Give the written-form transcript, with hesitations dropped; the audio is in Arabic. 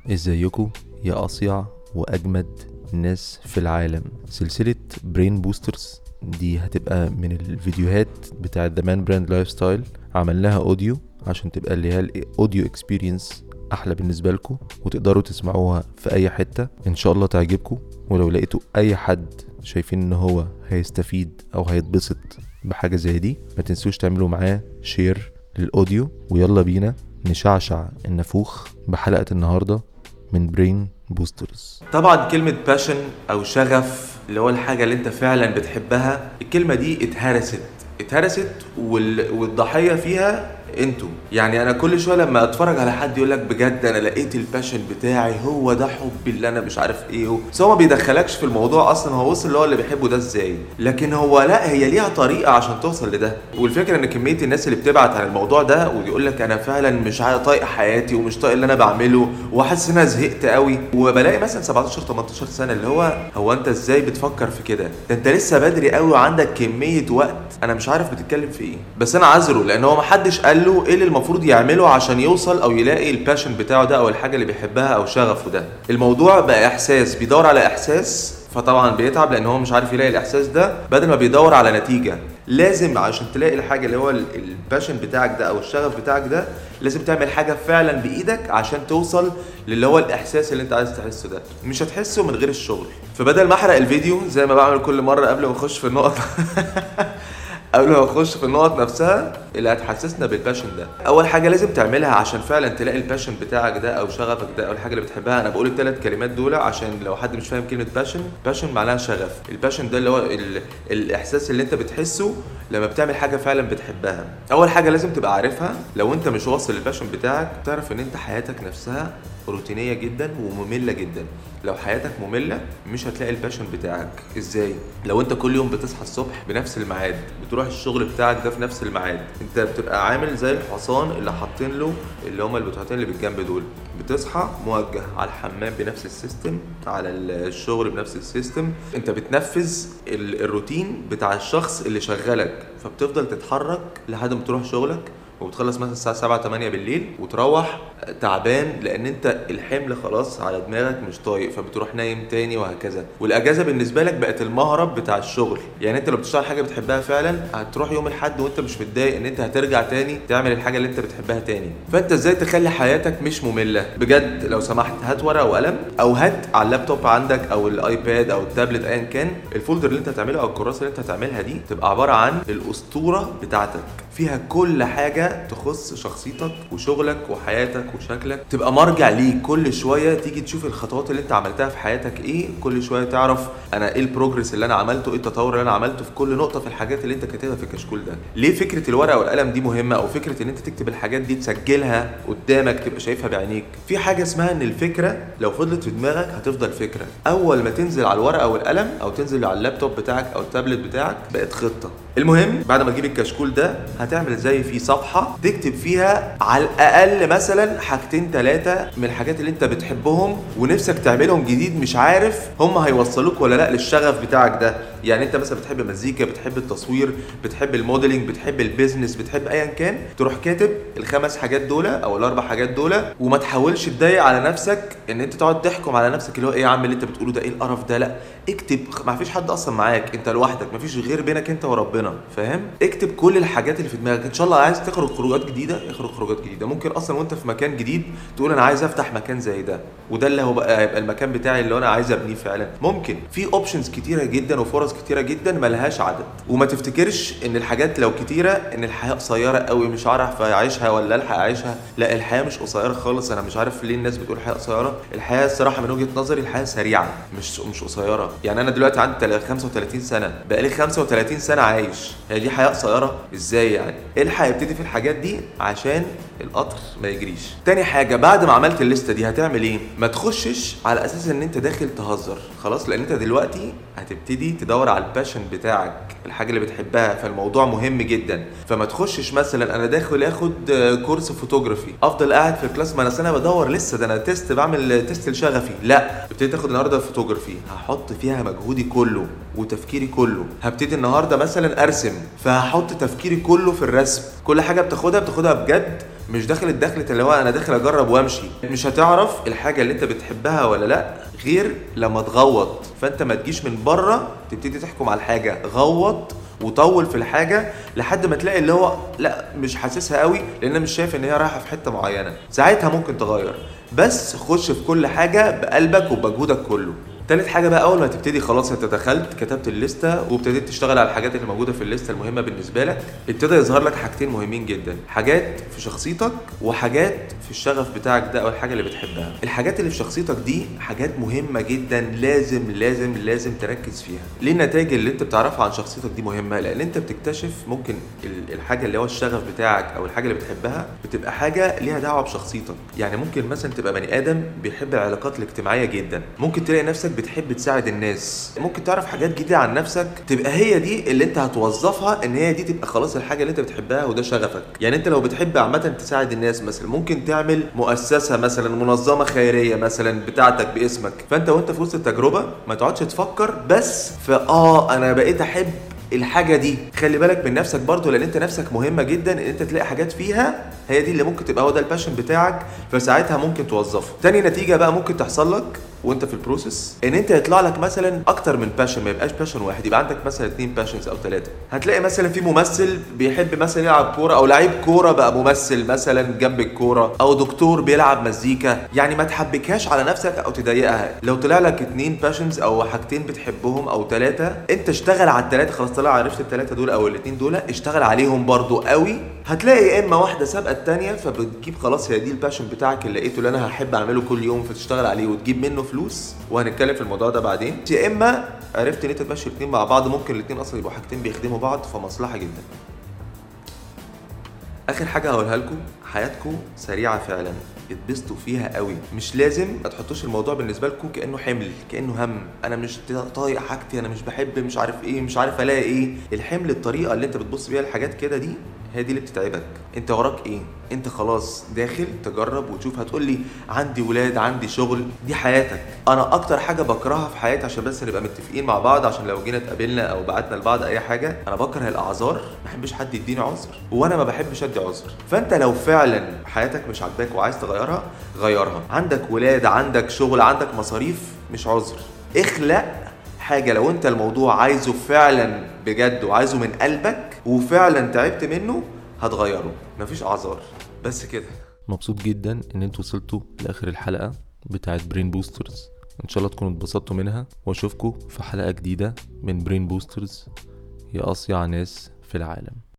ازيكم يا اصيع واجمد ناس في العالم. سلسلة برين بوسترز دي هتبقى من الفيديوهات بتاعة زمان براند لايف ستايل، عملناها اوديو عشان تبقى اللي هي الاوديو اكسبيرينس احلى بالنسبة لكم وتقدروا تسمعوها في اي حتة. ان شاء الله تعجبكم، ولو لقيتوا اي حد شايفين ان هو هيستفيد او هيتبسط بحاجة زي دي ما تنسوش تعملوا معاه شير للاوديو. ويلا بينا نشعشع النافوخ بحلقة النهاردة من برين بوسترز. طبعا كلمة باشن او شغف اللي هو الحاجة اللي انت فعلا بتحبها، الكلمة دي اتهرست والضحية فيها انتوا. يعني انا كل شويه لما اتفرج على حد يقول لك بجد انا لقيت الباشن بتاعي، هو ده حبي اللي انا مش عارف ايه، بس هو ما بيدخلكش في الموضوع اصلا، هو وصل اللي هو اللي بيحبه ده ازاي. لكن هو لا، هي ليها طريقه عشان توصل لده. والفكره ان كميه الناس اللي بتبعت عن الموضوع ده ويقول لك انا فعلا مش طايق حياتي ومش طايق اللي انا بعمله وحاسس ان انا زهقت قوي، وبلاقي مثلا 17 18 سنه اللي هو انت ازاي بتفكر في كده؟ ده انت لسه بدري قوي وعندك كميه وقت انا مش عارف بتتكلم في ايه. بس انا عذره لان هو محدش قال له ايه اللي المفروض يعمله عشان يوصل او يلاقي الباشن بتاعه ده او الحاجه اللي بيحبها او شغفه ده. الموضوع بقى احساس، بيدور على احساس، فطبعا بيتعب لان هو مش عارف يلاقي الاحساس ده بدل ما بيدور على نتيجه. لازم عشان تلاقي الحاجه اللي هو الباشن بتاعك ده او الشغف بتاعك ده، لازم تعمل حاجه فعلا بايدك عشان توصل للي هو الاحساس اللي انت عايز تحسه ده. مش هتحسه من غير الشغل. فبدل ما احرق الفيديو زي ما بعمل كل مره قبل ما اخش في النقط قبل ما اخش في النقط نفسها اللي هتحسسنا بالباشن ده، اول حاجه لازم تعملها عشان فعلا تلاقي الباشن بتاعك ده او شغفك ده او الحاجه اللي بتحبها. انا بقول الثلاث كلمات دول عشان لو حد مش فاهم كلمه باشن معناها شغف. الباشن ده اللي هو الاحساس اللي انت بتحسه لما بتعمل حاجه فعلا بتحبها. اول حاجه لازم تبقى عارفها لو انت مش واصل للباشن بتاعك، تعرف ان انت حياتك نفسها روتينيه جدا وممله جدا. لو حياتك ممله مش هتلاقي الباشن بتاعك. ازاي؟ لو انت كل يوم بتصحى الصبح بنفس الميعاد، بتروح الشغل بتاعك ده في نفس الميعاد، انت بتبقى عامل زي الحصان اللي حاطين له اللي هم البتوعتين اللي بالجنب دول. بتصحى موجه على الحمام بنفس السيستم، على الشغل بنفس السيستم، انت بتنفذ الروتين بتاع الشخص اللي شغلك، فبتفضل تتحرك لحد ما تروح شغلك وبتخلص مثلا الساعه 7 8 بالليل وتروح تعبان لان انت الحمل خلاص على دماغك مش طايق، فبتروح نايم تاني وهكذا. والاجازه بالنسبه لك بقت المهرب بتاع الشغل. يعني انت لو بتشتغل حاجه بتحبها فعلا هتروح يوم الاحد وانت مش متضايق ان انت هترجع تاني تعمل الحاجه اللي انت بتحبها تاني. فانت ازاي تخلي حياتك مش ممله؟ بجد لو سمحت هات ورقه وقلم او هات على اللابتوب عندك او الايباد او التابلت ايا كان، الفولدر اللي انت هتعمله او الكراسه اللي انت هتعملها دي تبقى عباره عن الاسطوره بتاعتك، فيها كل حاجه تخص شخصيتك وشغلك وحياتك وشكلك، تبقى مرجع ليك. كل شويه تيجي تشوف الخطوات اللي انت عملتها في حياتك ايه، كل شويه تعرف انا ايه البروجرس اللي انا عملته، ايه التطور اللي انا عملته في كل نقطه في الحاجات اللي انت كاتبها في الكشكول ده. ليه فكره الورقه والقلم دي مهمه، او فكره ان انت تكتب الحاجات دي تسجلها قدامك تبقى شايفها بعينيك؟ في حاجه اسمها ان الفكره لو فضلت في دماغك هتفضل فكره، اول ما تنزل على الورقه والقلم او تنزل على اللابتوب بتاعك او التابلت بتاعك بقت خطه. المهم بعد ما تجيب الكشكول ده هتعمل زي في صفحه تكتب فيها على الاقل مثلا حاجتين 3 من الحاجات اللي انت بتحبهم ونفسك تعملهم جديد، مش عارف هم هيوصلوك ولا لا للشغف بتاعك ده. يعني انت مثلا بتحب المزيكا، بتحب التصوير، بتحب الموديلنج، بتحب البيزنس، بتحب ايا كان، تروح كاتب ال5 حاجات دول او ال4 حاجات دول، وما تحاولش تضايق على نفسك ان انت تقعد تحكم على نفسك اللي هو ايه يا عم اللي انت بتقوله ده، ايه القرف ده. لا، اكتب. ما فيش حد اصلا معاك، انت لوحدك، ما فيش غير بينك انت وربنا، فاهم؟ اكتب كل الحاجات اللي في دماغك. ان شاء الله عايز تخرج خروجات جديده، اخرج خروجات جديده. ممكن اصلا وانت في مكان جديد تقول انا عايز افتح مكان زي ده، وده اللي هو بقى يبقى المكان بتاعي اللي انا عايز ابنيه فعلا. ممكن في اوبشنز كتيره جدا وفرص كتيره جدا ملهاش عدد. وما تفتكرش ان الحاجات لو كتيره ان الحياه قصيره قوي مش هعرف اعيشها ولا الحق اعيشها. لا، الحياه مش قصيره خالص. انا مش عارف ليه الناس بتقول الحياه قصيره. الحياه الصراحه من وجهه نظري الحياه سريعه مش قصيره. يعني انا دلوقتي عندي 35 سنه، بقالي 35 سنه عايش، هي دي حياه قصيره ازاي يعني؟ الحق يبتدي في الحاجات دي عشان القطر ما يجريش. تاني حاجه بعد ما عملت الليسته دي هتعمل ايه؟ ما تخشش على اساس ان انت داخل تهزر خلاص، لان انت دلوقتي هتبتدي تدور على الباشن بتاعك، الحاجه اللي بتحبها، فالموضوع مهم جدا. فما تخشش مثلا انا داخل اخد كورس فوتوغرافي افضل قاعد في الكلاس، ما انا بدور لسه، ده انا بعمل تيست لشغفي. لا، ابتدي تاخد النهارده فوتوغرافي، هحط فيها مجهودي كله وتفكيري كله. هبتدي النهارده مثلا ارسم، فهحط تفكيري كله في الرسم. كل حاجه بتاخدها بجد مش داخل الدخلة اللي هو انا داخل اجرب وامشي. مش هتعرف الحاجة اللي انت بتحبها ولا لا غير لما تغوط. فانت ما تجيش من بره تبتدي تحكم على الحاجة، غوط وطول في الحاجة لحد ما تلاقي اللي هو لا مش حاسسها قوي لان مش شايف ان هي رايحة في حتة معينة، ساعتها ممكن تغير. بس خش في كل حاجة بقلبك وبمجهودك كله. تالت حاجة بقى، اول ما تبتدي خلاص انت دخلت كتبت الليستة وابتديت تشتغل على الحاجات اللي موجودة في الليستة المهمة بالنسبة لك، ابتدى يظهر لك حاجتين مهمين جدا، حاجات في شخصيتك وحاجات في الشغف بتاعك ده او الحاجة اللي بتحبها. الحاجات اللي في شخصيتك دي حاجات مهمة جدا، لازم لازم لازم تركز فيها. ليه؟ النتائج اللي انت بتعرفها عن شخصيتك دي مهمة، لان انت بتكتشف ممكن الحاجة اللي هو الشغف بتاعك او الحاجة اللي بتحبها بتبقى حاجة ليها دعوة بشخصيتك. يعني ممكن مثلا تبقى بني ادم بيحب العلاقات الاجتماعية جدا، ممكن تلاقي نفسك بتحب تساعد الناس، ممكن تعرف حاجات جديدة عن نفسك تبقى هي دي اللي انت هتوظفها ان هي دي تبقى خلاص الحاجة اللي انت بتحبها وده شغفك. يعني انت لو بتحب عامة تساعد الناس مثلا، ممكن تعمل مؤسسة مثلا، منظمة خيرية مثلا بتاعتك باسمك. فانت وانت في وسط التجربة ما تقعدش تفكر بس في انا بقيت احب الحاجة دي. خلي بالك من نفسك برضو، لان انت نفسك مهمة جدا ان انت تلاقي حاجات فيها هي دي اللي ممكن تبقى هو ده الباشن بتاعك، فساعتها ممكن توظفه. تاني نتيجة بقى ممكن تحصل لك وانت في البروسيس ان انت يطلع لك مثلا اكتر من باشن، ما يبقاش باشن واحد، يبقى عندك مثلا 2 باشنز او 3. هتلاقي مثلا في ممثل بيحب مثلا يلعب كوره، او لعيب كوره بقى ممثل مثلا جنب الكوره، او دكتور بيلعب مزيكا. يعني ما تحبكهاش على نفسك او تضايقها. لو طلع لك 2 باشنز او حاجتين بتحبهم او 3، انت اشتغل على ال3. خلاص طلع عرفت ال3 دول او ال2 دول، اشتغل عليهم برضو قوي. هتلاقي يا اما واحده سابقه الثانيه فبتجيب خلاص هي دي الباشن بتاعك اللي لقيته اللي انا هحب اعمله كل يوم، فتشتغل عليه وتجيب منه فلوس، وهنتكلم في الموضوع ده بعدين. يا اما عرفت ان انت تمشي الاثنين مع بعض، ممكن الاثنين اصلا يبقوا حاجتين بيخدموا بعض، فمصلحه جدا. اخر حاجه هقولها لكم، حياتكم سريعه فعلا، اتبسطوا فيها قوي. مش لازم ما تحطوش الموضوع بالنسبه لكم كانه حمل، كانه هم. انا مش طايق حاجتي، انا مش بحب، مش عارف ايه، مش عارف الاقي ايه. الحمل الطريقه اللي انت بتبص بيها الحاجات كده دي هي دي اللي بتتعبك. انت وراك ايه؟ انت خلاص داخل تجرب وتشوف. هتقول لي عندي ولاد، عندي شغل، دي حياتك. انا اكتر حاجه بكرهها في حياتي، عشان بس نبقى متفقين مع بعض، عشان لو جينا اتقابلنا او بعتنا لبعض اي حاجه، انا بكره الاعذار. ما بحبش حد يديني عذر، وانا ما بحبش ادي عذر. فانت لو فعلا حياتك مش عاجباك وعايز تغيرها، غيرها. عندك ولاد، عندك شغل، عندك مصاريف، مش عذر. اخلق حاجه لو انت الموضوع عايزه فعلا بجد وعايزه من قلبك وفعلا تعبت منه، هتغيره. مفيش اعذار، بس كده. مبسوط جدا ان انتوا وصلتوا لاخر الحلقة بتاعت برين بوسترز. ان شاء الله تكونوا اتبسطتوا منها، واشوفكم في حلقة جديدة من برين بوسترز، يا اصيع ناس في العالم.